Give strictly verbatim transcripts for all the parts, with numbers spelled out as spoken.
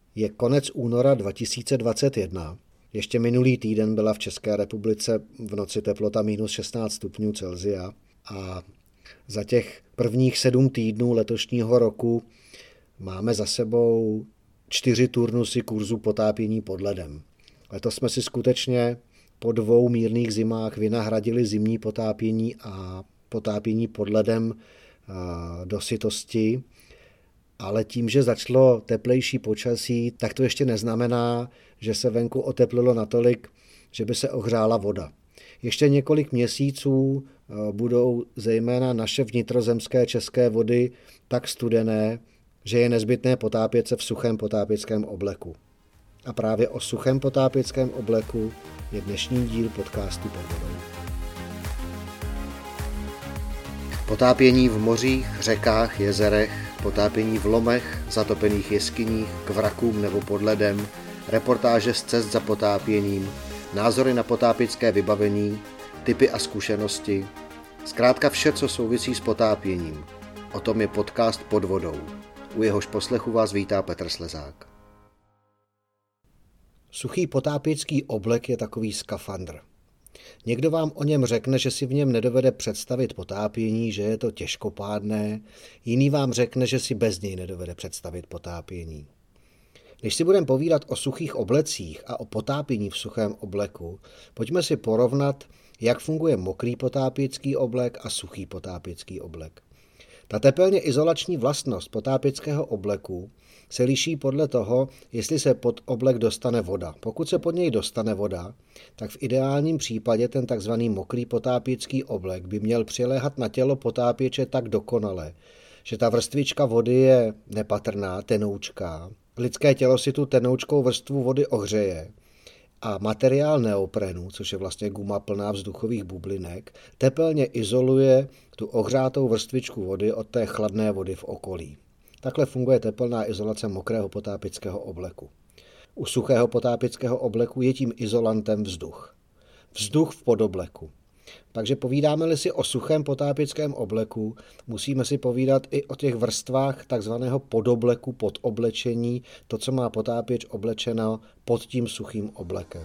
Je konec února dva tisíce dvacet jedna. Ještě minulý týden byla v České republice v noci teplota minus šestnáct stupňů Celsia a za těch prvních sedm týdnů letošního roku máme za sebou čtyři turnusy kurzu potápění pod ledem. Letos jsme si skutečně po dvou mírných zimách vynahradili zimní potápění a potápění pod ledem do sytosti, ale tím, že začalo teplejší počasí, tak to ještě neznamená, že se venku oteplilo natolik, že by se ohřála voda. Ještě několik měsíců budou zejména naše vnitrozemské české vody tak studené, že je nezbytné potápět se v suchém potápěckém obleku. A právě o suchém potápěckém obleku je dnešní díl podcastu Pod vodou. Potápění v mořích, řekách, jezerech, potápění v lomech, zatopených jeskyních, k vrakům nebo pod ledem, reportáže z cest za potápěním, názory na potápěcké vybavení, tipy a zkušenosti, zkrátka vše, co souvisí s potápěním. O tom je podcast Pod vodou. U jehož poslechu vás vítá Petr Slezák. Suchý potápěcký oblek je takový skafandr. Někdo vám o něm řekne, že si v něm nedovede představit potápění, že je to těžkopádné, jiný vám řekne, že si bez něj nedovede představit potápění. Když si budeme povídat o suchých oblecích a o potápění v suchém obleku, pojďme si porovnat, jak funguje mokrý potápěcký oblek a suchý potápěcký oblek. Ta tepelně izolační vlastnost potápěckého obleku se liší podle toho, jestli se pod oblek dostane voda. Pokud se pod něj dostane voda, tak v ideálním případě ten takzvaný mokrý potápěcký oblek by měl přiléhat na tělo potápěče tak dokonale, že ta vrstvička vody je nepatrná, tenoučká. Lidské tělo si tu tenoučkou vrstvu vody ohřeje a materiál neoprenu, což je vlastně guma plná vzduchových bublinek, tepelně izoluje tu ohřátou vrstvičku vody od té chladné vody v okolí. Takhle funguje tepelná izolace mokrého potápěckého obleku. U suchého potápěckého obleku je tím izolantem vzduch. Vzduch v podobleku. Takže povídáme-li si o suchém potápěckém obleku, musíme si povídat i o těch vrstvách takzvaného podobleku, podoblečení, to, co má potápěč oblečeno pod tím suchým oblekem.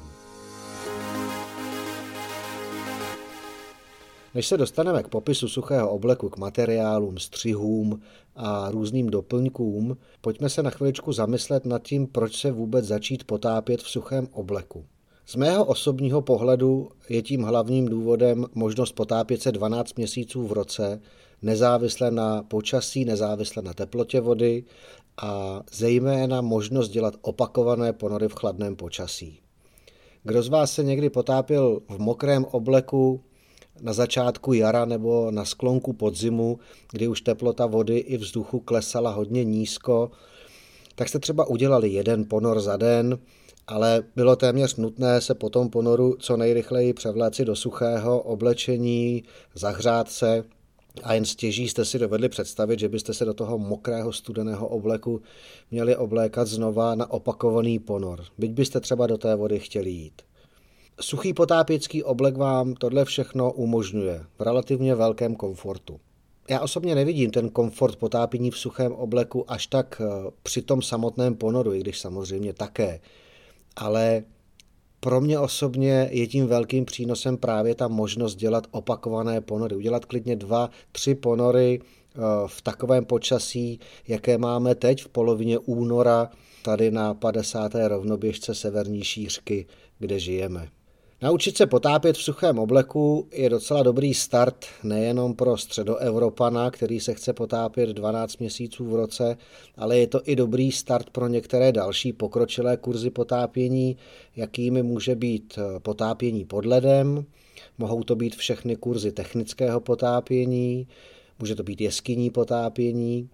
Než se dostaneme k popisu suchého obleku, k materiálům, střihům a různým doplňkům, pojďme se na chviličku zamyslet nad tím, proč se vůbec začít potápět v suchém obleku. Z mého osobního pohledu je tím hlavním důvodem možnost potápět se dvanáct měsíců v roce, nezávisle na počasí, nezávisle na teplotě vody a zejména možnost dělat opakované ponory v chladném počasí. Kdo z vás se někdy potápěl v mokrém obleku na začátku jara nebo na sklonku podzimu, kdy už teplota vody i vzduchu klesala hodně nízko, tak jste třeba udělali jeden ponor za den, ale bylo téměř nutné se po tom ponoru co nejrychleji převléci do suchého oblečení, zahřát se a jen stěží jste si dovedli představit, že byste se do toho mokrého studeného obleku měli oblékat znova na opakovaný ponor, byť byste třeba do té vody chtěli jít. Suchý potápěcký oblek vám tohle všechno umožňuje v relativně velkém komfortu. Já osobně nevidím ten komfort potápění v suchém obleku až tak při tom samotném ponoru, i když samozřejmě také. Ale pro mě osobně je tím velkým přínosem právě ta možnost dělat opakované ponory. Udělat klidně dva, tři ponory v takovém počasí, jaké máme teď v polovině února tady na padesáté rovnoběžce severní šířky, kde žijeme. Naučit se potápět v suchém obleku je docela dobrý start nejenom pro středoevropana, který se chce potápět dvanáct měsíců v roce, ale je to i dobrý start pro některé další pokročilé kurzy potápění, jakými může být potápění pod ledem, mohou to být všechny kurzy technického potápění, může to být jeskyní potápění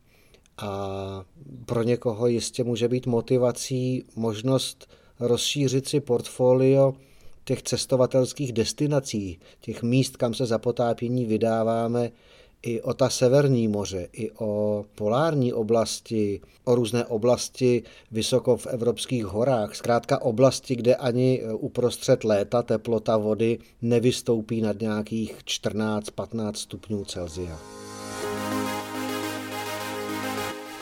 a pro někoho jistě může být motivací možnost rozšířit si portfolio těch cestovatelských destinací, těch míst, kam se za potápění vydáváme, i o ta severní moře, i o polární oblasti, o různé oblasti vysoko v evropských horách. Zkrátka oblasti, kde ani uprostřed léta teplota vody nevystoupí nad nějakých čtrnáct patnáct stupňů Celsia.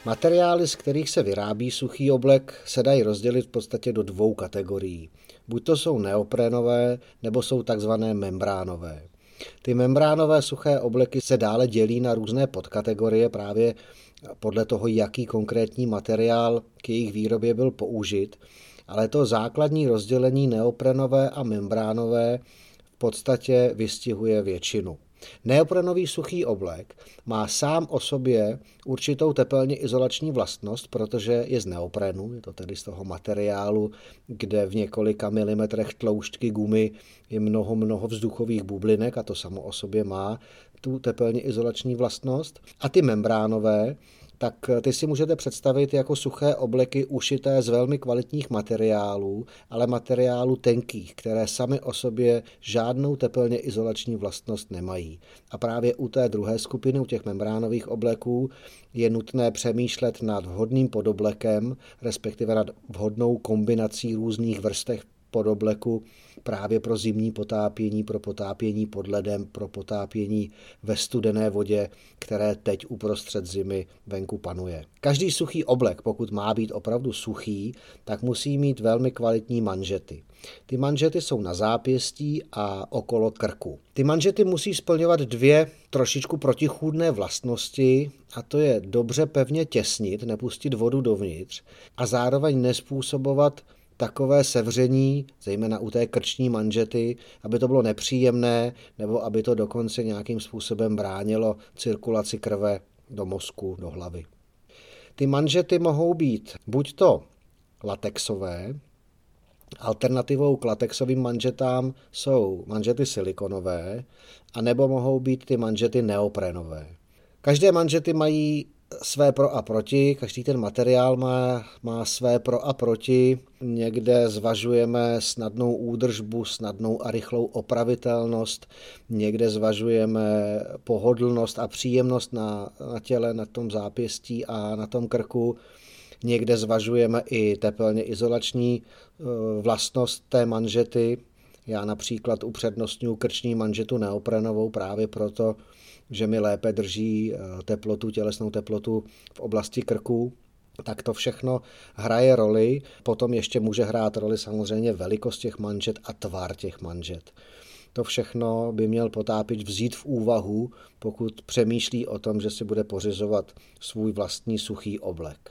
Materiály, z kterých se vyrábí suchý oblek, se dají rozdělit v podstatě do dvou kategorií. Buď to jsou neoprenové, nebo jsou takzvané membránové. Ty membránové suché obleky se dále dělí na různé podkategorie právě podle toho, jaký konkrétní materiál k jejich výrobě byl použit, ale to základní rozdělení neoprenové a membránové v podstatě vystihuje většinu. Neoprenový suchý oblek má sám o sobě určitou tepelně izolační vlastnost, protože je z neoprenu, je to tedy z toho materiálu, kde v několika milimetrech tloušťky gumy je mnoho, mnoho vzduchových bublinek a to samo o sobě má tu tepelně izolační vlastnost. A ty membránové, tak ty si můžete představit jako suché obleky ušité z velmi kvalitních materiálů, ale materiálů tenkých, které sami o sobě žádnou tepelně izolační vlastnost nemají. A právě u té druhé skupiny, u těch membránových obleků, je nutné přemýšlet nad vhodným podoblekem, respektive nad vhodnou kombinací různých vrstev podobleku právě pro zimní potápění, pro potápění pod ledem, pro potápění ve studené vodě, které teď uprostřed zimy venku panuje. Každý suchý oblek, pokud má být opravdu suchý, tak musí mít velmi kvalitní manžety. Ty manžety jsou na zápěstí a okolo krku. Ty manžety musí splňovat dvě trošičku protichůdné vlastnosti, a to je dobře pevně těsnit, nepustit vodu dovnitř a zároveň nespůsobovat takové sevření, zejména u té krční manžety, aby to bylo nepříjemné, nebo aby to dokonce nějakým způsobem bránilo cirkulaci krve do mozku, do hlavy. Ty manžety mohou být buď to latexové, alternativou k latexovým manžetám jsou manžety silikonové, anebo mohou být ty manžety neoprenové. Každé manžety mají své pro a proti, každý ten materiál má, má své pro a proti. Někde zvažujeme snadnou údržbu, snadnou a rychlou opravitelnost, někde zvažujeme pohodlnost a příjemnost na, na těle, na tom zápěstí a na tom krku. Někde zvažujeme i tepelně izolační vlastnost té manžety. Já například upřednostňuji krční manžetu neoprenovou právě proto, že mi lépe drží teplotu, tělesnou teplotu v oblasti krku, tak to všechno hraje roli. Potom ještě může hrát roli samozřejmě velikost těch manžet a tvar těch manžet. To všechno by měl potápěč vzít v úvahu, pokud přemýšlí o tom, že si bude pořizovat svůj vlastní suchý oblek.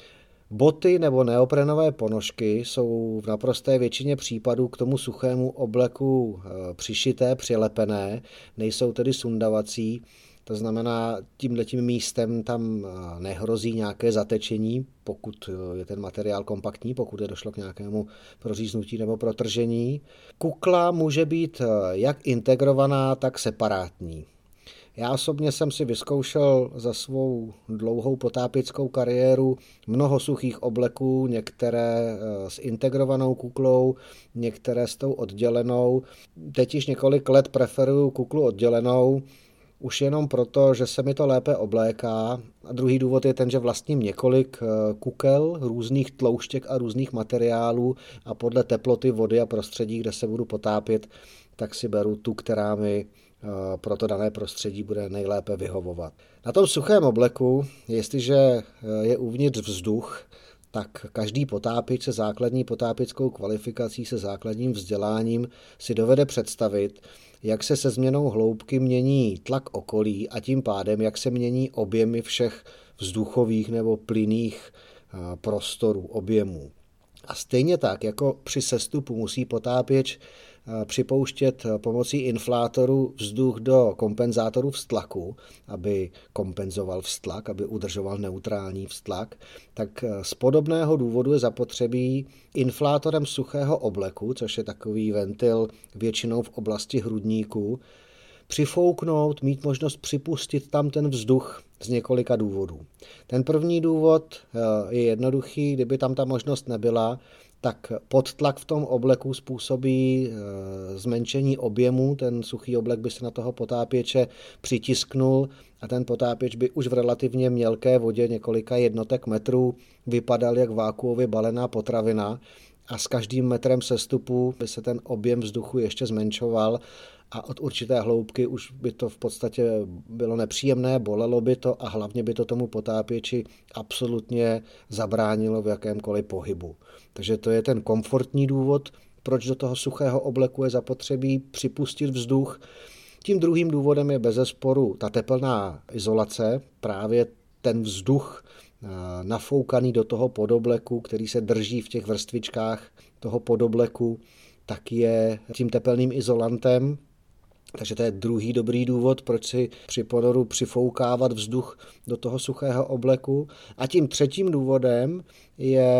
Boty nebo neoprenové ponožky jsou v naprosté většině případů k tomu suchému obleku přišité, přilepené, nejsou tedy sundavací, to znamená, tímhletím místem tam nehrozí nějaké zatečení, pokud je ten materiál kompaktní, pokud je došlo k nějakému proříznutí nebo protržení. Kukla může být jak integrovaná, tak separátní. Já osobně jsem si vyzkoušel za svou dlouhou potápěckou kariéru mnoho suchých obleků, některé s integrovanou kuklou, některé s tou oddělenou. Teď již několik let preferuju kuklu oddělenou, už jenom proto, že se mi to lépe obléká. A druhý důvod je ten, že vlastním několik kukel, různých tlouštěk a různých materiálů a podle teploty vody a prostředí, kde se budu potápět, tak si beru tu, která mi pro to dané prostředí bude nejlépe vyhovovat. Na tom suchém obleku, jestliže je uvnitř vzduch, tak každý potápěč se základní potápěckou kvalifikací, se základním vzděláním si dovede představit, jak se se změnou hloubky mění tlak okolí a tím pádem, jak se mění objemy všech vzduchových nebo plynných prostorů, objemů. A stejně tak, jako při sestupu musí potápěč připouštět pomocí inflátoru vzduch do kompenzátoru vztlaku, aby kompenzoval vztlak, aby udržoval neutrální vztlak, tak z podobného důvodu je zapotřebí inflátorem suchého obleku, což je takový ventil většinou v oblasti hrudníku, přifouknout, mít možnost připustit tam ten vzduch z několika důvodů. Ten první důvod je jednoduchý, kdyby tam ta možnost nebyla, tak podtlak v tom obleku způsobí zmenšení objemu, ten suchý oblek by se na toho potápěče přitisknul a ten potápěč by už v relativně mělké vodě několika jednotek metrů vypadal jak vákuově balená potravina a s každým metrem sestupu by se ten objem vzduchu ještě zmenšoval a od určité hloubky už by to v podstatě bylo nepříjemné, bolelo by to a hlavně by to tomu potápěči absolutně zabránilo v jakémkoliv pohybu. Takže to je ten komfortní důvod, proč do toho suchého obleku je zapotřebí připustit vzduch. Tím druhým důvodem je bezesporu ta tepelná izolace, právě ten vzduch nafoukaný do toho podobleku, který se drží v těch vrstvičkách toho podobleku, tak je tím tepelným izolantem. Takže to je druhý dobrý důvod, proč si při ponoru přifoukávat vzduch do toho suchého obleku. A tím třetím důvodem je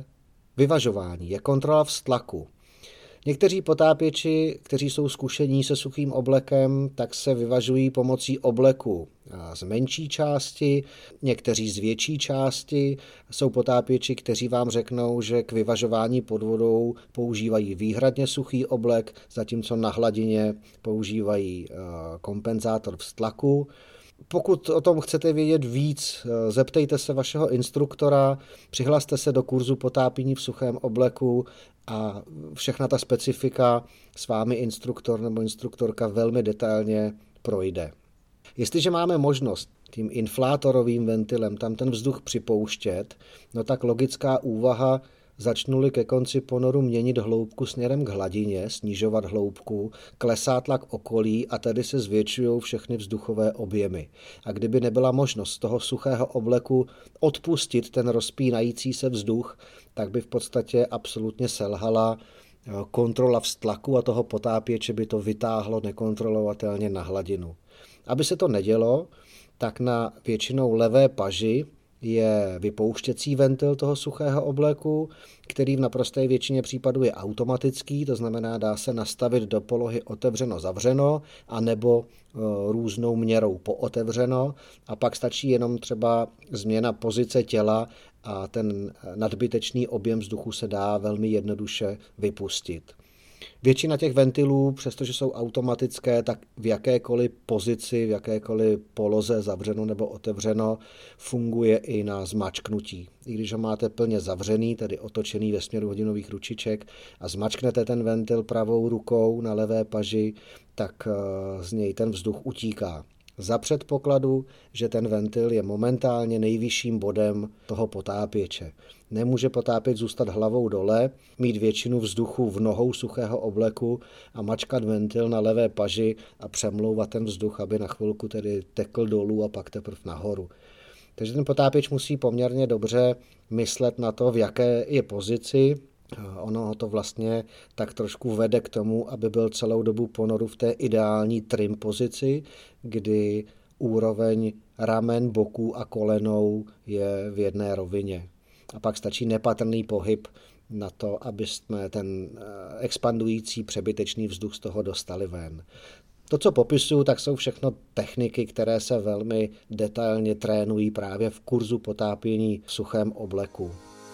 vyvažování, je kontrola vztlaku. Někteří potápěči, kteří jsou zkušení se suchým oblekem, tak se vyvažují pomocí obleku z menší části, někteří z větší části. Jsou potápěči, kteří vám řeknou, že k vyvažování pod vodou používají výhradně suchý oblek, zatímco na hladině používají kompenzátor vztlaku. Pokud o tom chcete vědět víc, zeptejte se vašeho instruktora, přihlaste se do kurzu potápění v suchém obleku a všechna ta specifika s vámi instruktor nebo instruktorka velmi detailně projde. Jestliže máme možnost tím inflátorovým ventilem tam ten vzduch připouštět, no tak logická úvaha, začnu-li ke konci ponoru měnit hloubku směrem k hladině, snižovat hloubku, klesá tlak okolí a tady se zvětšují všechny vzduchové objemy. A kdyby nebyla možnost z toho suchého obleku odpustit ten rozpínající se vzduch, tak by v podstatě absolutně selhala kontrola vztlaku a toho potápěče by to vytáhlo nekontrolovatelně na hladinu. Aby se to nedělo, tak na většinou levé paži je vypouštěcí ventil toho suchého obleku, který v naprosté většině případů je automatický, to znamená, dá se nastavit do polohy otevřeno-zavřeno, anebo různou měrou pootevřeno a pak stačí jenom třeba změna pozice těla a ten nadbytečný objem vzduchu se dá velmi jednoduše vypustit. Většina těch ventilů, přestože jsou automatické, tak v jakékoliv pozici, v jakékoliv poloze zavřeno nebo otevřeno, funguje i na zmačknutí. I když ho máte plně zavřený, tedy otočený ve směru hodinových ručiček a zmačknete ten ventil pravou rukou na levé paži, tak z něj ten vzduch utíká. Za předpokladu, že ten ventil je momentálně nejvyšším bodem toho potápěče. Nemůže potápěč zůstat hlavou dole, mít většinu vzduchu v nohou suchého obleku a mačkat ventil na levé paži a přemlouvat ten vzduch, aby na chvilku tedy tekl dolů a pak teprve nahoru. Takže ten potápěč musí poměrně dobře myslet na to, v jaké je pozici. Ono ho to vlastně tak trošku vede k tomu, aby byl celou dobu ponoru v té ideální trim pozici, kdy úroveň ramen, boků a kolenou je v jedné rovině. A pak stačí nepatrný pohyb na to, aby jsme ten expandující přebytečný vzduch z toho dostali ven. To, co popisuju, tak jsou všechno techniky, které se velmi detailně trénují právě v kurzu potápění v suchém obleku.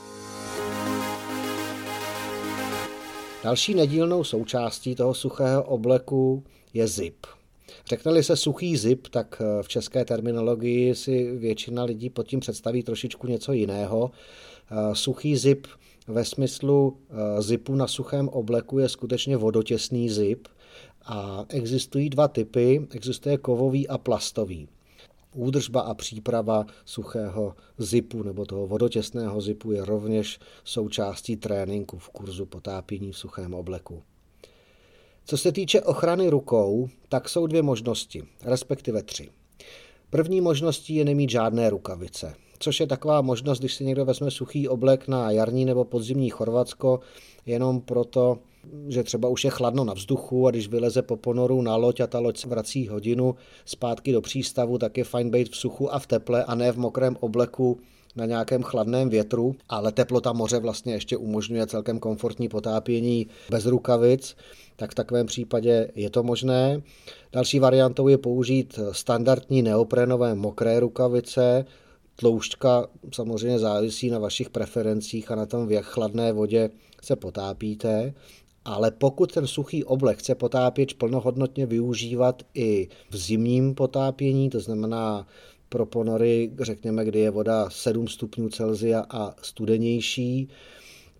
Další nedílnou součástí toho suchého obleku je zip. Řekne-li se suchý zip, tak v české terminologii si většina lidí pod tím představí trošičku něco jiného. Suchý zip ve smyslu zipu na suchém obleku je skutečně vodotěsný zip a existují dva typy, existuje kovový a plastový. Údržba a příprava suchého zipu nebo toho vodotěsného zipu je rovněž součástí tréninku v kurzu potápění v suchém obleku. Co se týče ochrany rukou, tak jsou dvě možnosti, respektive tři. První možností je nemít žádné rukavice, což je taková možnost, když si někdo vezme suchý oblek na jarní nebo podzimní Chorvatsko, jenom proto, že třeba už je chladno na vzduchu a když vyleze po ponoru na loď a ta loď vrací hodinu zpátky do přístavu, tak je fajn být v suchu a v teple a ne v mokrém obleku na nějakém chladném větru, ale teplota moře vlastně ještě umožňuje celkem komfortní potápění bez rukavic, tak v takovém případě je to možné. Další variantou je použít standardní neoprenové mokré rukavice. Tloušťka samozřejmě závisí na vašich preferencích a na tom, v jak chladné vodě se potápíte. Ale pokud ten suchý oblek chce potápěč plnohodnotně využívat i v zimním potápění, to znamená pro ponory, řekněme, kdy je voda sedm stupňů Celsia a studenější,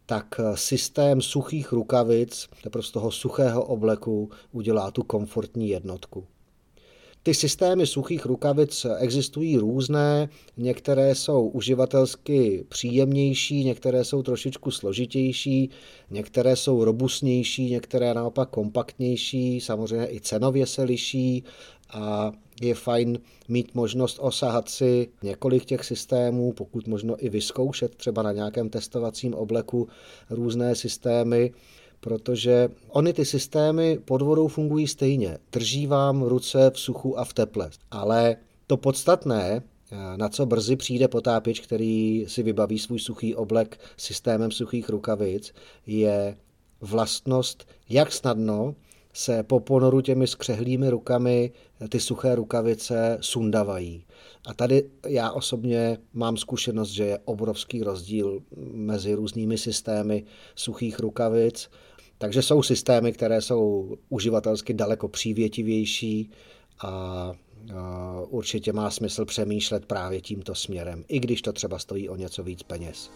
tak systém suchých rukavic, teprve z toho suchého obleku, udělá tu komfortní jednotku. Ty systémy suchých rukavic existují různé, některé jsou uživatelsky příjemnější, některé jsou trošičku složitější, některé jsou robustnější, některé naopak kompaktnější, samozřejmě i cenově se liší a je fajn mít možnost osahat si několik těch systémů, pokud možno i vyzkoušet třeba na nějakém testovacím obleku různé systémy, protože ony ty systémy pod vodou fungují stejně. Drží vám ruce v suchu a v teple. Ale to podstatné, na co brzy přijde potápěč, který si vybaví svůj suchý oblek systémem suchých rukavic, je vlastnost, jak snadno se po ponoru těmi skřehlými rukami ty suché rukavice sundavají. A tady já osobně mám zkušenost, že je obrovský rozdíl mezi různými systémy suchých rukavic. Takže jsou systémy, které jsou uživatelsky daleko přívětivější a určitě má smysl přemýšlet právě tímto směrem, i když to třeba stojí o něco víc peněz.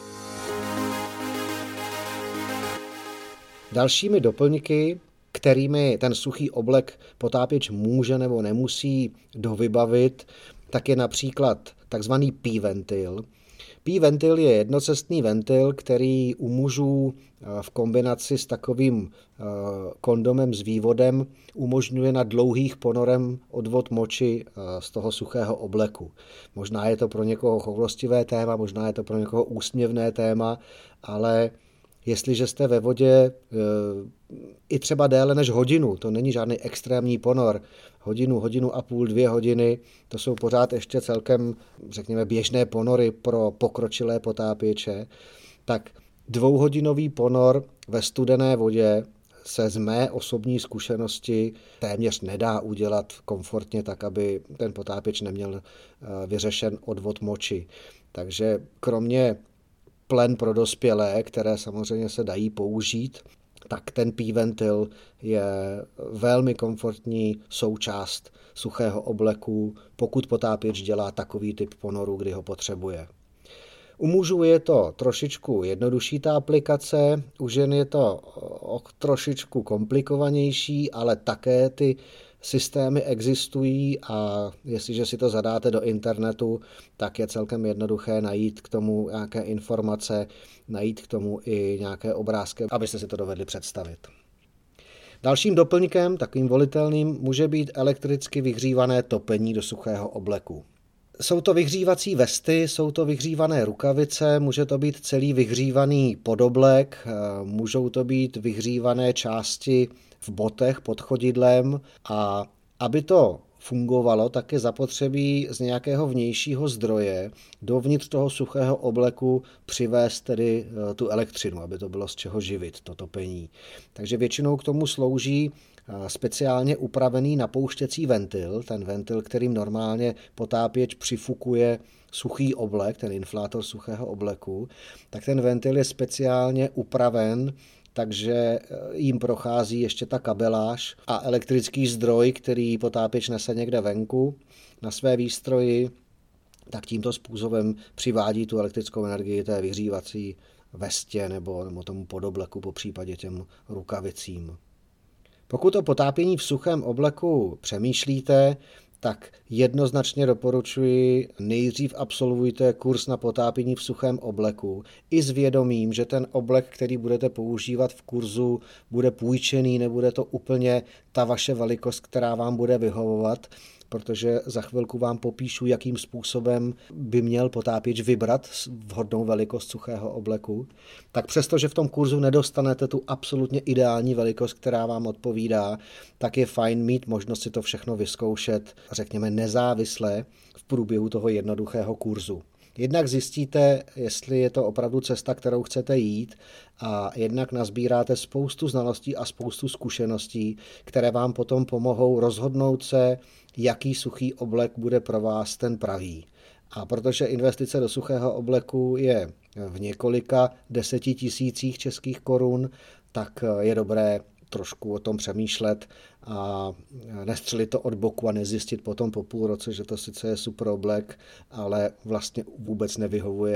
Dalšími doplňky, kterými ten suchý oblek potápěč může nebo nemusí dovybavit, tak je například takzvaný P-ventil. P-ventil je jednocestný ventil, který u mužů v kombinaci s takovým kondomem s vývodem umožňuje na dlouhých ponorem odvod moči z toho suchého obleku. Možná je to pro někoho choulostivé téma, možná je to pro někoho úsměvné téma, ale jestliže jste ve vodě i třeba déle než hodinu, to není žádný extrémní ponor, hodinu, hodinu a půl, dvě hodiny, to jsou pořád ještě celkem, řekněme, běžné ponory pro pokročilé potápěče, tak dvouhodinový ponor ve studené vodě se z mé osobní zkušenosti téměř nedá udělat komfortně tak, aby ten potápěč neměl vyřešen odvod moči. Takže kromě plen pro dospělé, které samozřejmě se dají použít, tak ten P-ventil je velmi komfortní součást suchého obleku, pokud potápěč dělá takový typ ponoru, kdy ho potřebuje. U mužů je to trošičku jednodušší ta aplikace, u žen je to trošičku komplikovanější, ale také ty systémy existují a jestliže si to zadáte do internetu, tak je celkem jednoduché najít k tomu nějaké informace, najít k tomu i nějaké obrázky, abyste si to dovedli představit. Dalším doplňkem, takovým volitelným, může být elektricky vyhřívané topení do suchého obleku. Jsou to vyhřívací vesty, jsou to vyhřívané rukavice, může to být celý vyhřívaný podoblek, můžou to být vyhřívané části v botech pod chodidlem a aby to fungovalo, tak je zapotřebí z nějakého vnějšího zdroje dovnitř toho suchého obleku přivést tedy tu elektřinu, aby to bylo z čeho živit, to topení. Takže většinou k tomu slouží speciálně upravený napouštěcí ventil, ten ventil, kterým normálně potápěč přifukuje suchý oblek, ten inflátor suchého obleku, tak ten ventil je speciálně upraven, takže jim prochází ještě ta kabeláž a elektrický zdroj, který potápěč nese někde venku na své výstroji, tak tímto způsobem přivádí tu elektrickou energii té vyhřívací vestě nebo, nebo tomu podobleku, po případě těm rukavicím. Pokud o potápění v suchém obleku přemýšlíte, tak jednoznačně doporučuji nejdřív absolvujte kurz na potápění v suchém obleku i s vědomím, že ten oblek, který budete používat v kurzu, bude půjčený, nebude to úplně ta vaše velikost, která vám bude vyhovovat, protože za chvilku vám popíšu, jakým způsobem by měl potápěč vybrat vhodnou velikost suchého obleku. Tak přesto, že v tom kurzu nedostanete tu absolutně ideální velikost, která vám odpovídá, tak je fajn mít možnost si to všechno vyzkoušet, řekněme nezávisle v průběhu toho jednoduchého kurzu. Jednak zjistíte, jestli je to opravdu cesta, kterou chcete jít, a jednak nazbíráte spoustu znalostí a spoustu zkušeností, které vám potom pomohou rozhodnout se, jaký suchý oblek bude pro vás ten pravý. A protože investice do suchého obleku je v několika deseti tisících českých korun, tak je dobré trošku o tom přemýšlet a nestřelit to od boku a nezjistit potom po půl roce, že to sice je super oblek, ale vlastně vůbec nevyhovuje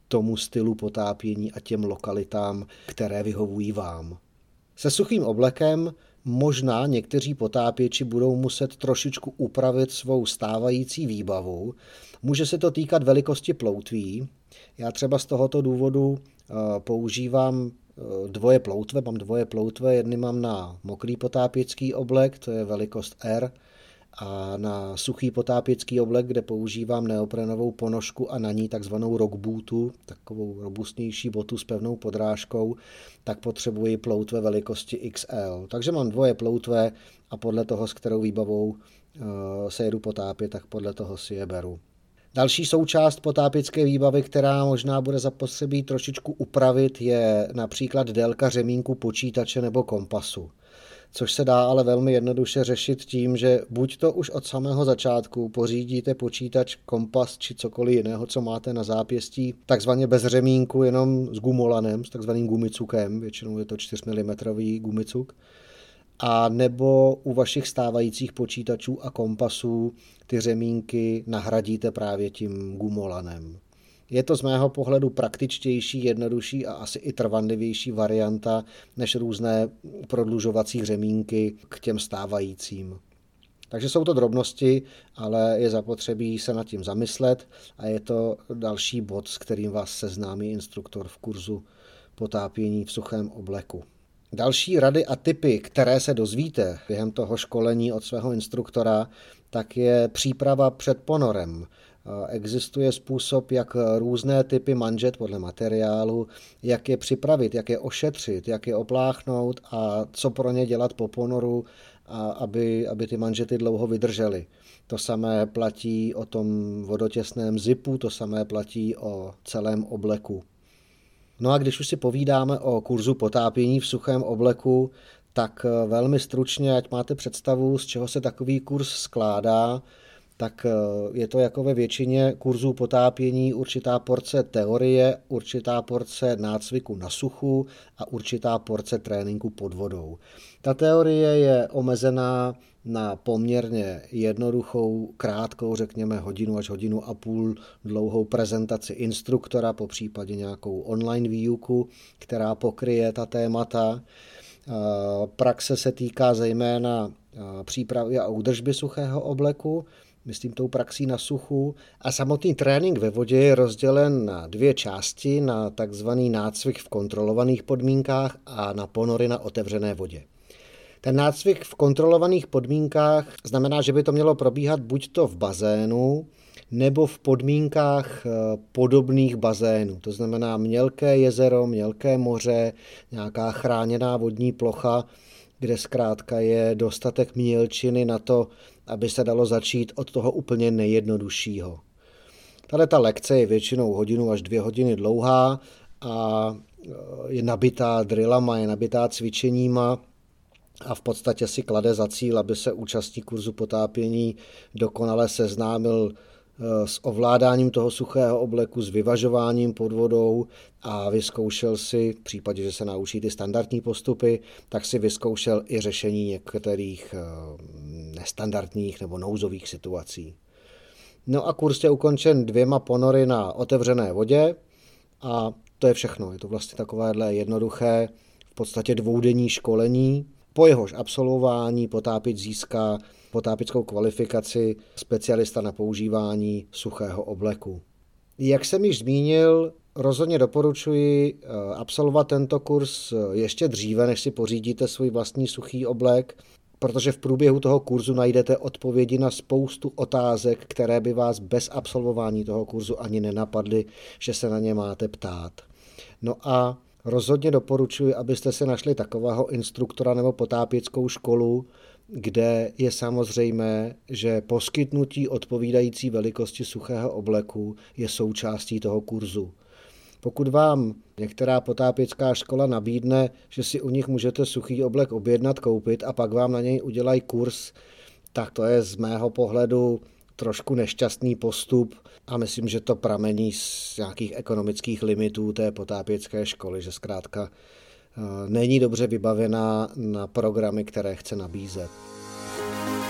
tomu stylu potápění a těm lokalitám, které vyhovují vám. Se suchým oblekem možná někteří potápěči budou muset trošičku upravit svou stávající výbavu. Může se to týkat velikosti ploutví. Já třeba z tohoto důvodu používám dvoje ploutve, mám dvoje ploutve, jedny mám na mokrý potápěcký oblek, to je velikost R, a na suchý potápěcký oblek, kde používám neoprenovou ponožku a na ní takzvanou rock bootu, takovou robustnější botu s pevnou podrážkou, tak potřebuji ploutve velikosti X L. Takže mám dvoje ploutve a podle toho, s kterou výbavou se jedu potápět, tak podle toho si je beru. Další součást potápěcké výbavy, která možná bude zapotřebí trošičku upravit, je například délka řemínku počítače nebo kompasu. Což se dá ale velmi jednoduše řešit tím, že buď to už od samého začátku pořídíte počítač, kompas či cokoliv jiného, co máte na zápěstí, takzvaně bez řemínku, jenom s gumolanem, s takzvaným gumicukem, většinou je to čtyři milimetry gumicuk, a nebo u vašich stávajících počítačů a kompasů ty řemínky nahradíte právě tím gumolanem. Je to z mého pohledu praktičtější, jednodušší a asi i trvanlivější varianta než různé prodlužovací řemínky k těm stávajícím. Takže jsou to drobnosti, ale je zapotřebí se nad tím zamyslet a je to další bod, s kterým vás seznámí instruktor v kurzu potápění v suchém obleku. Další rady a tipy, které se dozvíte během toho školení od svého instruktora, tak je příprava před ponorem. Existuje způsob, jak různé typy manžet podle materiálu, jak je připravit, jak je ošetřit, jak je opláchnout a co pro ně dělat po ponoru, a aby, aby ty manžety dlouho vydržely. To samé platí o tom vodotěsném zipu, to samé platí o celém obleku. No a když už si povídáme o kurzu potápění v suchém obleku, tak velmi stručně, ať máte představu, z čeho se takový kurz skládá, tak je to jako ve většině kurzů potápění určitá porce teorie, určitá porce nácviku na suchu a určitá porce tréninku pod vodou. Ta teorie je omezená na poměrně jednoduchou, krátkou, řekněme hodinu až hodinu a půl dlouhou prezentaci instruktora, po případě nějakou online výuku, která pokryje ta témata. Praxe se týká zejména přípravy a údržby suchého obleku, myslím tou praxí na suchu, a samotný trénink ve vodě je rozdělen na dvě části, na takzvaný nácvik v kontrolovaných podmínkách a na ponory na otevřené vodě. Ten nácvik v kontrolovaných podmínkách znamená, že by to mělo probíhat buď to v bazénu, nebo v podmínkách podobných bazénů. To znamená mělké jezero, mělké moře, nějaká chráněná vodní plocha, kde zkrátka je dostatek mělčiny na to, aby se dalo začít od toho úplně nejjednoduššího. Tahle ta lekce je většinou hodinu až dvě hodiny dlouhá a je nabitá drillama, je nabitá cvičeníma a v podstatě si klade za cíl, aby se účastník kurzu potápění dokonale seznámil s ovládáním toho suchého obleku, s vyvažováním pod vodou a vyzkoušel si, v případě, že se naučí ty standardní postupy, tak si vyzkoušel i řešení některých nestandardních nebo nouzových situací. No a kurz je ukončen dvěma ponory na otevřené vodě a to je všechno. Je to vlastně takovéhle jednoduché, v podstatě dvoudenní školení. Po jehož absolvování potápěč získá potápěckou kvalifikaci specialista na používání suchého obleku. Jak jsem již zmínil, rozhodně doporučuji absolvovat tento kurz ještě dříve, než si pořídíte svůj vlastní suchý oblek, protože v průběhu toho kurzu najdete odpovědi na spoustu otázek, které by vás bez absolvování toho kurzu ani nenapadly, že se na ně máte ptát. No a rozhodně doporučuji, abyste si našli takového instruktora nebo potápěckou školu, kde je samozřejmé, že poskytnutí odpovídající velikosti suchého obleku je součástí toho kurzu. Pokud vám některá potápěcká škola nabídne, že si u nich můžete suchý oblek objednat, koupit a pak vám na něj udělají kurz, tak to je z mého pohledu trošku nešťastný postup a myslím, že to pramení z nějakých ekonomických limitů té potápěcké školy, že zkrátka není dobře vybavená na programy, které chce nabízet.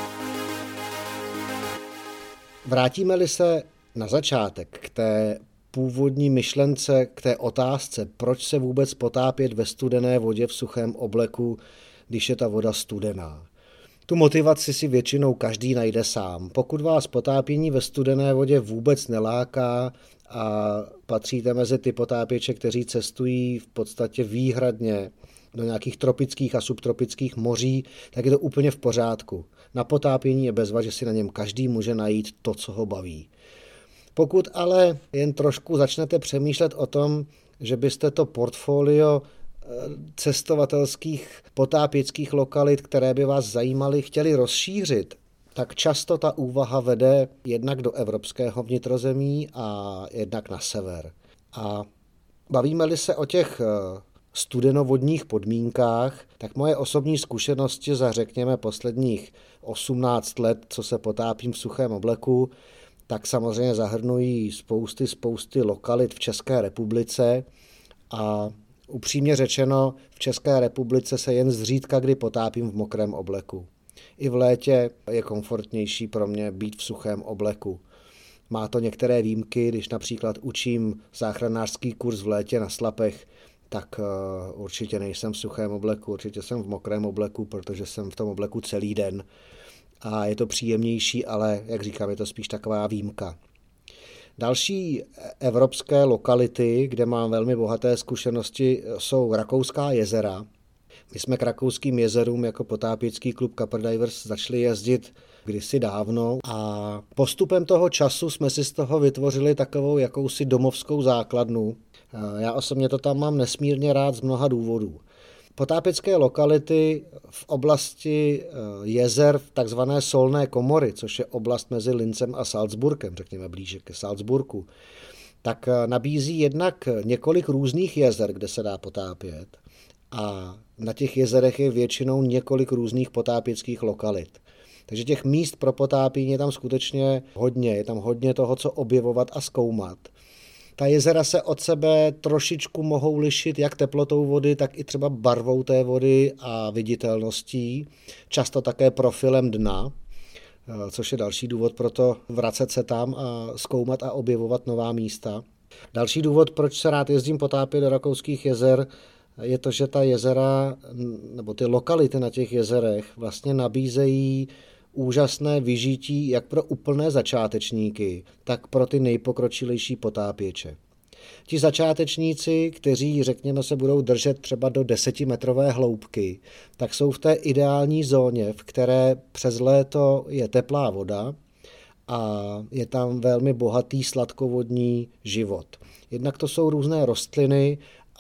Vrátíme-li se na začátek k té původní myšlence, k té otázce, proč se vůbec potápět ve studené vodě v suchém obleku, když je ta voda studená. Tu motivaci si většinou každý najde sám. Pokud vás potápění ve studené vodě vůbec neláká a patříte mezi ty potápěče, kteří cestují v podstatě výhradně do nějakých tropických a subtropických moří, tak je to úplně v pořádku. Na potápění je bezva, že si na něm každý může najít to, co ho baví. Pokud ale jen trošku začnete přemýšlet o tom, že byste to portfolio cestovatelských potápěckých lokalit, které by vás zajímaly, chtěli rozšířit, tak často ta úvaha vede jednak do evropského vnitrozemí a jednak na sever. A bavíme-li se o těch studenovodních podmínkách, tak moje osobní zkušenosti za řekněme posledních osmnáct let, co se potápím v suchém obleku, tak samozřejmě zahrnují spousty, spousty lokalit v České republice a upřímně řečeno, v České republice se jen zřídka kdy potápím v mokrém obleku. I v létě je komfortnější pro mě být v suchém obleku. Má to některé výjimky, když například učím záchranářský kurz v létě na Slapech, tak určitě nejsem v suchém obleku, určitě jsem v mokrém obleku, protože jsem v tom obleku celý den a je to příjemnější, ale jak říkám, je to spíš taková výjimka. Další evropské lokality, kde mám velmi bohaté zkušenosti, jsou Rakouská jezera. My jsme k Rakouským jezerům jako potápěcký klub Capper Divers začali jezdit kdysi dávno a postupem toho času jsme si z toho vytvořili takovou jakousi domovskou základnu. Já osobně to tam mám nesmírně rád z mnoha důvodů. Potápěcké lokality v oblasti jezer v takzvané Solné komory, což je oblast mezi Linzem a Salzburgem, řekněme blíže ke Salzburgu, tak nabízí jednak několik různých jezer, kde se dá potápět a na těch jezerech je většinou několik různých potápěckých lokalit. Takže těch míst pro potápění je tam skutečně hodně, je tam hodně toho, co objevovat a zkoumat. Ta jezera se od sebe trošičku mohou lišit jak teplotou vody, tak i třeba barvou té vody a viditelností, často také profilem dna, což je další důvod pro to vracet se tam a zkoumat a objevovat nová místa. Další důvod, proč se rád jezdím potápět do Rakouských jezer, je to, že ta jezera, nebo ty lokality na těch jezerech vlastně nabízejí úžasné vyžití jak pro úplné začátečníky, tak pro ty nejpokročilejší potápěče. Ti začátečníci, kteří řekněme se budou držet třeba do desetimetrové hloubky, tak jsou v té ideální zóně, v které přes léto je teplá voda a je tam velmi bohatý sladkovodní život. Jednak to jsou různé rostliny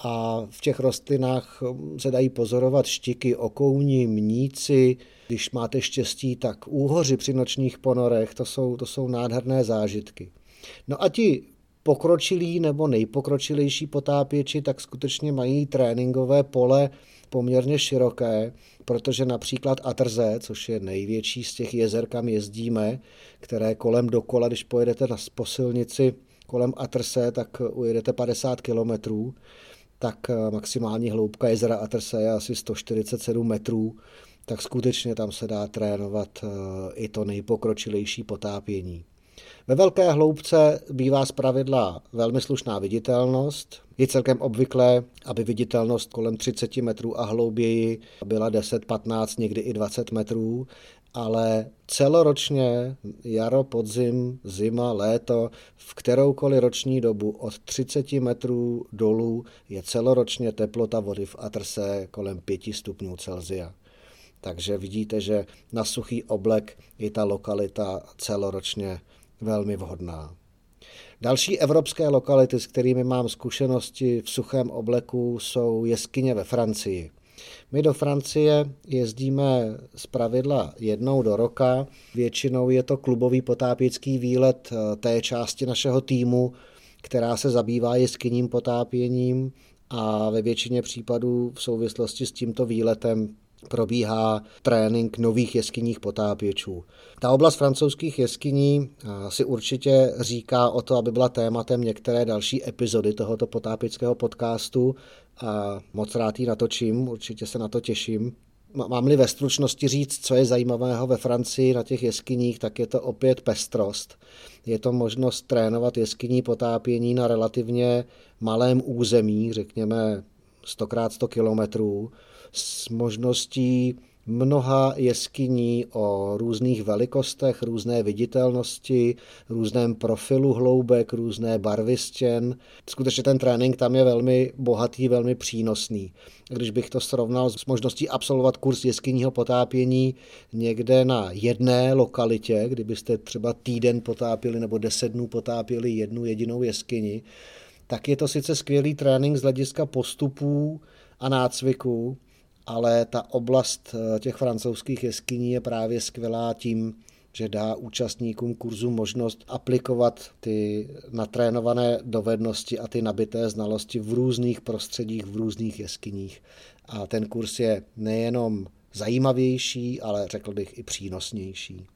a v těch rostlinách se dají pozorovat štiky, okouni, mníci. Když máte štěstí, tak úhoři při nočních ponorech, to jsou, to jsou nádherné zážitky. No a ti pokročilí nebo nejpokročilejší potápěči tak skutečně mají tréninkové pole poměrně široké, protože například Attersee, což je největší z těch jezer, kam jezdíme, které kolem dokola, když pojedete na posilnici kolem Attersee, tak ujedete padesát kilometrů, tak maximální hloubka jezera Attersee je asi sto čtyřicet sedm metrů, tak skutečně tam se dá trénovat i to nejpokročilejší potápění. Ve velké hloubce bývá zpravidla velmi slušná viditelnost. Je celkem obvyklé, aby viditelnost kolem třicet metrů a hlouběji byla deset, patnáct, někdy i dvacet metrů, ale celoročně, jaro, podzim, zima, léto, v kteroukoliv roční dobu od třicet metrů dolů je celoročně teplota vody v Attersee kolem pět stupňů Celsia. Takže vidíte, že na suchý oblek je ta lokalita celoročně velmi vhodná. Další evropské lokality, s kterými mám zkušenosti v suchém obleku, jsou jeskyně ve Francii. My do Francie jezdíme zpravidla jednou do roka, většinou je to klubový potápěcký výlet té části našeho týmu, která se zabývá jeskyním potápěním a ve většině případů v souvislosti s tímto výletem probíhá trénink nových jeskyních potápěčů. Ta oblast francouzských jeskyní si určitě říká o to, aby byla tématem některé další epizody tohoto potápěckého podcastu a moc rád ji natočím, určitě se na to těším. mám-li ve stručnosti říct, co je zajímavého ve Francii na těch jeskyních, tak je to opět pestrost. Je to možnost trénovat jeskyní potápění na relativně malém území, řekněme sto krát sto kilometrů, s možností mnoha jeskyní o různých velikostech, různé viditelnosti, různém profilu hloubek, různé barvy stěn. Skutečně ten trénink tam je velmi bohatý, velmi přínosný. Když bych to srovnal s možností absolvovat kurz jeskyního potápění někde na jedné lokalitě, kdybyste třeba týden potápěli nebo deset dnů potápěli jednu jedinou jeskyni, tak je to sice skvělý trénink z hlediska postupů a nácviků, ale ta oblast těch francouzských jeskyní je právě skvělá tím, že dá účastníkům kurzu možnost aplikovat ty natrénované dovednosti a ty nabité znalosti v různých prostředích, v různých jeskyních. A ten kurz je nejenom zajímavější, ale řekl bych i přínosnější.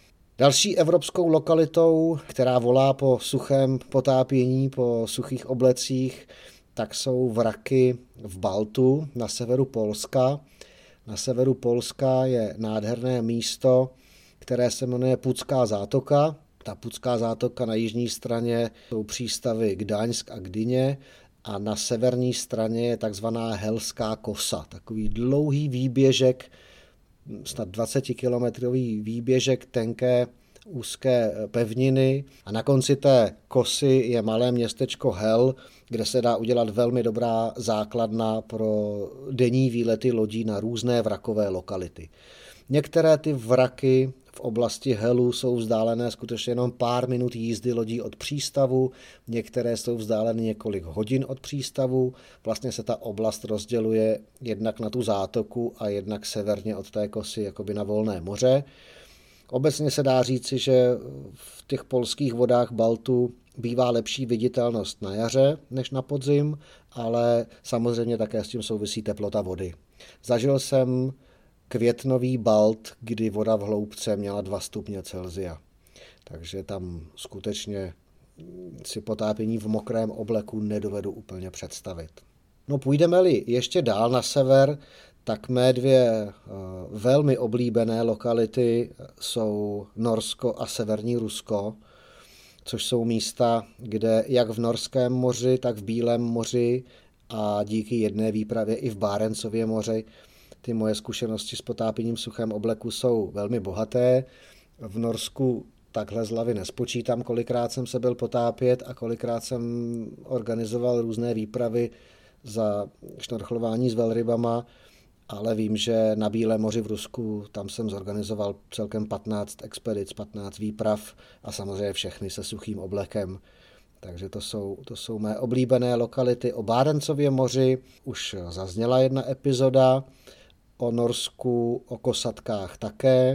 Další evropskou lokalitou, která volá po suchém potápění, po suchých oblecích, tak jsou vraky v Baltu na severu Polska. Na severu Polska je nádherné místo, které se jmenuje Pucká zátoka. Ta Pucká zátoka na jižní straně jsou přístavy Gdaňsk a Gdyně a na severní straně je takzvaná Helská kosa, takový dlouhý výběžek, snad dvacetikilometrový výběžek tenké úzké pevniny a na konci té kosy je malé městečko Hel, kde se dá udělat velmi dobrá základna pro denní výlety lodí na různé vrakové lokality. Některé ty vraky v oblasti Helu jsou vzdálené skutečně jenom pár minut jízdy lodí od přístavu, některé jsou vzdáleny několik hodin od přístavu. Vlastně se ta oblast rozděluje jednak na tu zátoku a jednak severně od té kosy jakoby na volné moře. Obecně se dá říci, že v těch polských vodách Baltu bývá lepší viditelnost na jaře než na podzim, ale samozřejmě také s tím souvisí teplota vody. Zažil jsem květnový Balt, kdy voda v hloubce měla dva stupně Celsia. Takže tam skutečně si potápění v mokrém obleku nedovedu úplně představit. No půjdeme-li ještě dál na sever, tak mé dvě velmi oblíbené lokality jsou Norsko a severní Rusko, což jsou místa, kde jak v Norském moři, tak v Bílém moři a díky jedné výpravě i v Barentsově moři ty moje zkušenosti s potápěním v suchém obleku jsou velmi bohaté. V Norsku takhle z hlavy nespočítám, kolikrát jsem se byl potápět a kolikrát jsem organizoval různé výpravy za šnorchlování s velrybama, ale vím, že na Bílém moři v Rusku tam jsem zorganizoval celkem patnáct expedic, patnáct výprav a samozřejmě všechny se suchým oblekem. Takže to jsou, to jsou mé oblíbené lokality. O Barentsově moři už zazněla jedna epizoda, o Norsku, o kosatkách také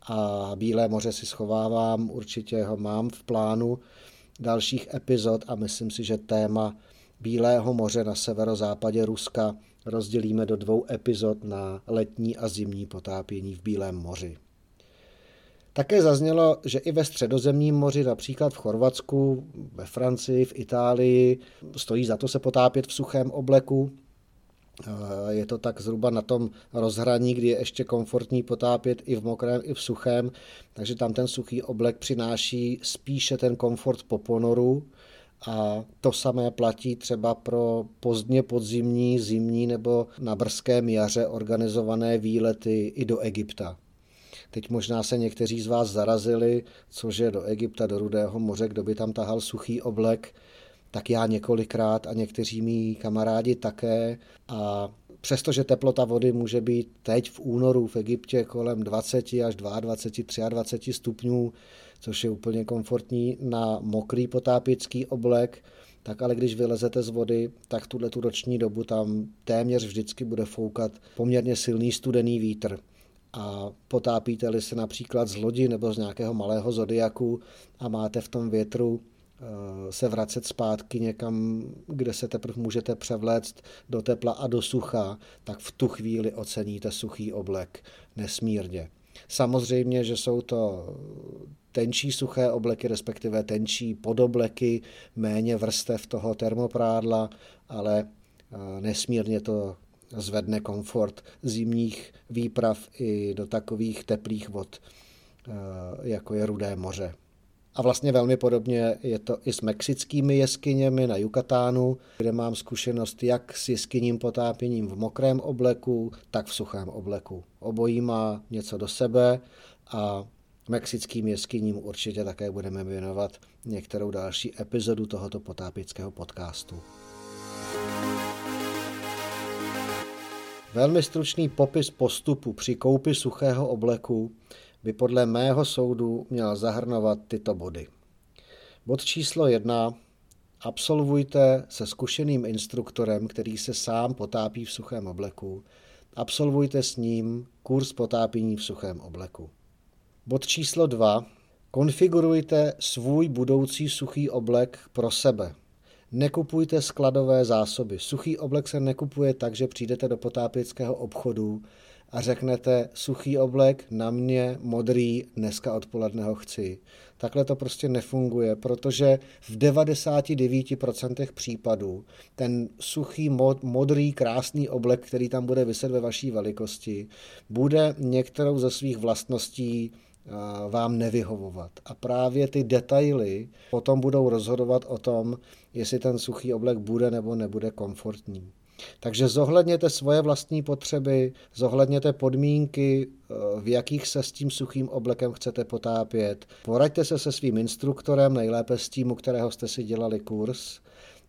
a Bílé moře si schovávám, určitě ho mám v plánu dalších epizod a myslím si, že téma Bílého moře na severozápadě Ruska rozdělíme do dvou epizod na letní a zimní potápění v Bílém moři. Také zaznělo, že i ve Středozemním moři, například v Chorvatsku, ve Francii, v Itálii, stojí za to se potápět v suchém obleku. Je to tak zhruba na tom rozhraní, kdy je ještě komfortní potápět i v mokrém, i v suchém, takže tam ten suchý oblek přináší spíše ten komfort po ponoru a to samé platí třeba pro pozdně podzimní, zimní nebo na brzkém jaře organizované výlety i do Egypta. Teď možná se někteří z vás zarazili, cože do Egypta, do Rudého moře, kdo by tam tahal suchý oblek, tak já několikrát a někteří mý kamarádi také. A přestože teplota vody může být teď v únoru v Egyptě kolem dvacet až dvacet dva, dvacet tři stupňů, což je úplně komfortní na mokrý potápěcký oblek, tak ale když vylezete z vody, tak tuhle tu roční dobu tam téměř vždycky bude foukat poměrně silný studený vítr. A potápíte-li se například z lodi nebo z nějakého malého zodiaku a máte v tom větru se vracet zpátky někam, kde se teprve můžete převléct do tepla a do sucha, tak v tu chvíli oceníte suchý oblek nesmírně. Samozřejmě, že jsou to tenčí suché obleky, respektive tenčí podobleky, méně vrstev toho termoprádla, ale nesmírně to zvedne komfort zimních výprav i do takových teplých vod, jako je Rudé moře. A vlastně velmi podobně je to i s mexickými jeskyněmi na Yucatánu, kde mám zkušenost jak s jeskyním potápěním v mokrém obleku, tak v suchém obleku. Obojí má něco do sebe a mexickým jeskyním určitě také budeme věnovat některou další epizodu tohoto potápěckého podcastu. Velmi stručný popis postupu při koupi suchého obleku by podle mého soudu měl zahrnovat tyto body. Bod číslo jedna. Absolvujte se zkušeným instruktorem, který se sám potápí v suchém obleku. Absolvujte s ním kurz potápění v suchém obleku. Bod číslo dva. Konfigurujte svůj budoucí suchý oblek pro sebe. Nekupujte skladové zásoby. Suchý oblek se nekupuje tak, že přijdete do potápěckého obchodu a řeknete suchý oblek na mě modrý, dneska odpoledne ho chci. Takhle to prostě nefunguje, protože v devadesát devět procent případů ten suchý mod, modrý krásný oblek, který tam bude viset ve vaší velikosti, bude některou ze svých vlastností vám nevyhovovat. A právě ty detaily potom budou rozhodovat o tom, jestli ten suchý oblek bude nebo nebude komfortní. Takže zohledněte svoje vlastní potřeby, zohledněte podmínky, v jakých se s tím suchým oblekem chcete potápět. Poraďte se se svým instruktorem, nejlépe s tím, u kterého jste si dělali kurz,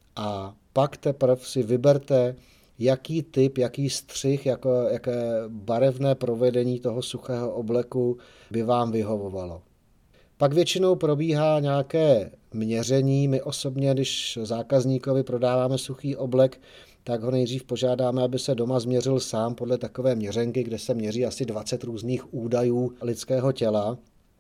a pak teprve si vyberte, jaký typ, jaký střih, jako, jaké barevné provedení toho suchého obleku by vám vyhovovalo. Pak většinou probíhá nějaké měření. My osobně, když zákazníkovi prodáváme suchý oblek, tak ho nejdřív požádáme, aby se doma změřil sám podle takové měřenky, kde se měří asi dvacet různých údajů lidského těla.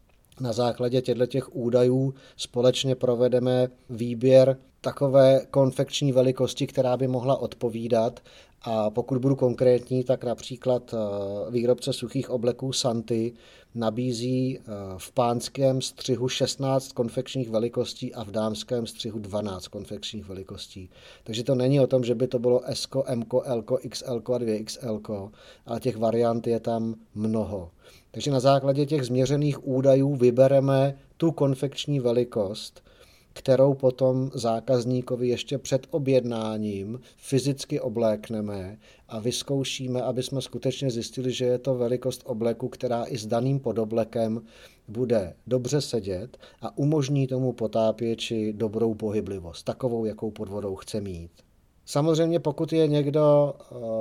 Na základě těchto údajů společně provedeme výběr takové konfekční velikosti, která by mohla odpovídat. A pokud budu konkrétní, tak například výrobce suchých obleků Santy nabízí v pánském střihu šestnáct konfekčních velikostí a v dámském střihu dvanáct konfekčních velikostí. Takže to není o tom, že by to bylo S, M, L, X L a dvě X L, ale těch variant je tam mnoho. Takže na základě těch změřených údajů vybereme tu konfekční velikost, kterou potom zákazníkovi ještě před objednáním fyzicky oblékneme a vyzkoušíme, aby jsme skutečně zjistili, že je to velikost obleku, která i s daným podoblekem bude dobře sedět a umožní tomu potápěči dobrou pohyblivost, takovou, jakou pod vodou chce mít. Samozřejmě pokud je někdo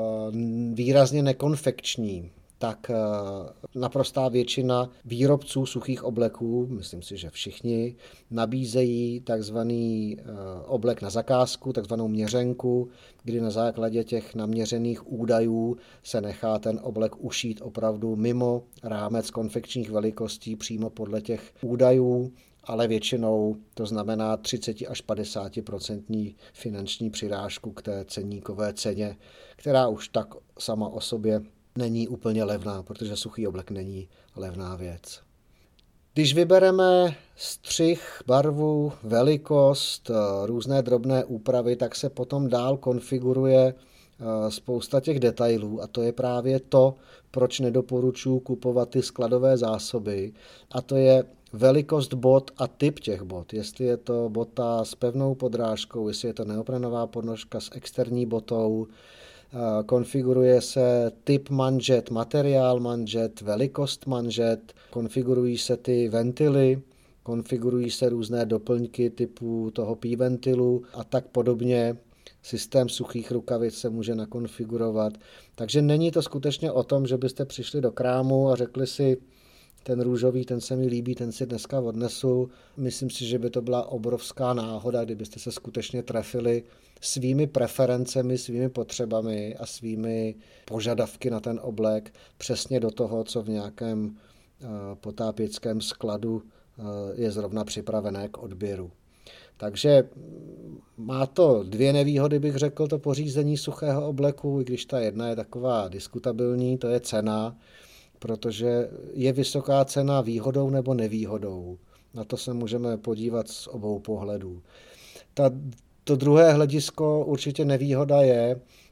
výrazně nekonfekční, tak naprostá většina výrobců suchých obleků, myslím si, že všichni, nabízejí takzvaný oblek na zakázku, takzvanou měřenku, kdy na základě těch naměřených údajů se nechá ten oblek ušít opravdu mimo rámec konfekčních velikostí přímo podle těch údajů, ale většinou to znamená třicet až padesát procent finanční přirážku k té ceníkové ceně, která už tak sama o sobě není úplně levná, protože suchý oblek není levná věc. Když vybereme střih, barvu, velikost, různé drobné úpravy, tak se potom dál konfiguruje spousta těch detailů a to je právě to, proč nedoporučuji kupovat ty skladové zásoby, a to je velikost bot a typ těch bot. Jestli je to bota s pevnou podrážkou, jestli je to neoprenová podnožka s externí botou, konfiguruje se typ manžet, materiál manžet, velikost manžet, konfigurují se ty ventily, konfigurují se různé doplňky typu toho P-ventilu a tak podobně. Systém suchých rukavic se může nakonfigurovat. Takže není to skutečně o tom, že byste přišli do krámu a řekli si, ten růžový, ten se mi líbí, ten si dneska odnesu. Myslím si, že by to byla obrovská náhoda, kdybyste se skutečně trefili svými preferencemi, svými potřebami a svými požadavky na ten oblek přesně do toho, co v nějakém potápěckém skladu je zrovna připravené k odběru. Takže má to dvě nevýhody, bych řekl, to pořízení suchého obleku, i když ta jedna je taková diskutabilní, to je cena, protože je vysoká cena výhodou nebo nevýhodou. Na to se můžeme podívat z obou pohledů. Ta, to druhé hledisko určitě nevýhoda je,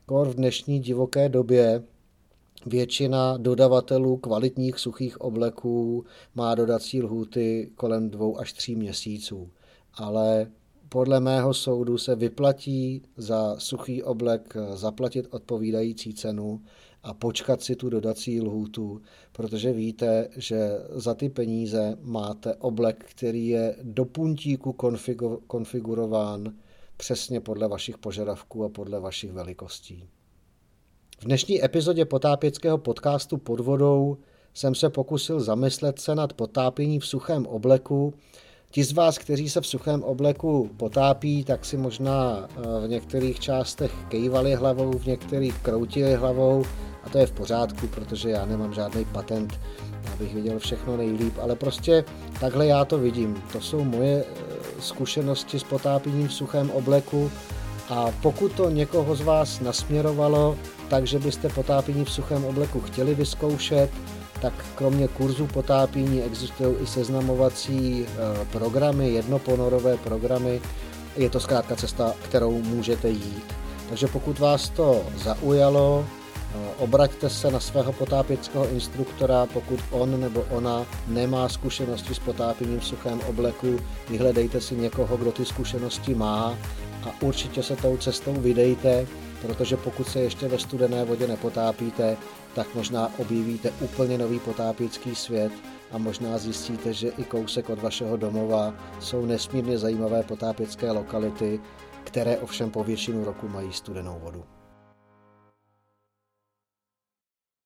Kor v dnešní divoké době většina dodavatelů kvalitních suchých obleků má dodací lhůty kolem dvou až tří měsíců. Ale podle mého soudu se vyplatí za suchý oblek zaplatit odpovídající cenu a počkat si tu dodací lhůtu, protože víte, že za ty peníze máte oblek, který je do puntíku konfigurován přesně podle vašich požadavků a podle vašich velikostí. V dnešní epizodě potápěckého podcastu Pod vodou jsem se pokusil zamyslet se nad potápění v suchém obleku. Ti z vás, kteří se v suchém obleku potápí, tak si možná v některých částech kejvali hlavou, v některých kroutili hlavou a to je v pořádku, protože já nemám žádný patent, abych viděl všechno nejlíp, ale prostě takhle já to vidím. To jsou moje zkušenosti s potápěním v suchém obleku a pokud to někoho z vás nasměrovalo, takže byste potápění v suchém obleku chtěli vyzkoušet, tak kromě kurzu potápění existují i seznamovací programy, jednoponorové programy. Je to zkrátka cesta, kterou můžete jít. Takže pokud vás to zaujalo, obraťte se na svého potápěckého instruktora, pokud on nebo ona nemá zkušenosti s potápěním v suchém obleku, vyhledejte si někoho, kdo ty zkušenosti má a určitě se tou cestou vydejte, protože pokud se ještě ve studené vodě nepotápíte, tak možná objevíte úplně nový potápěcký svět a možná zjistíte, že i kousek od vašeho domova jsou nesmírně zajímavé potápěcké lokality, které ovšem po většinu roku mají studenou vodu.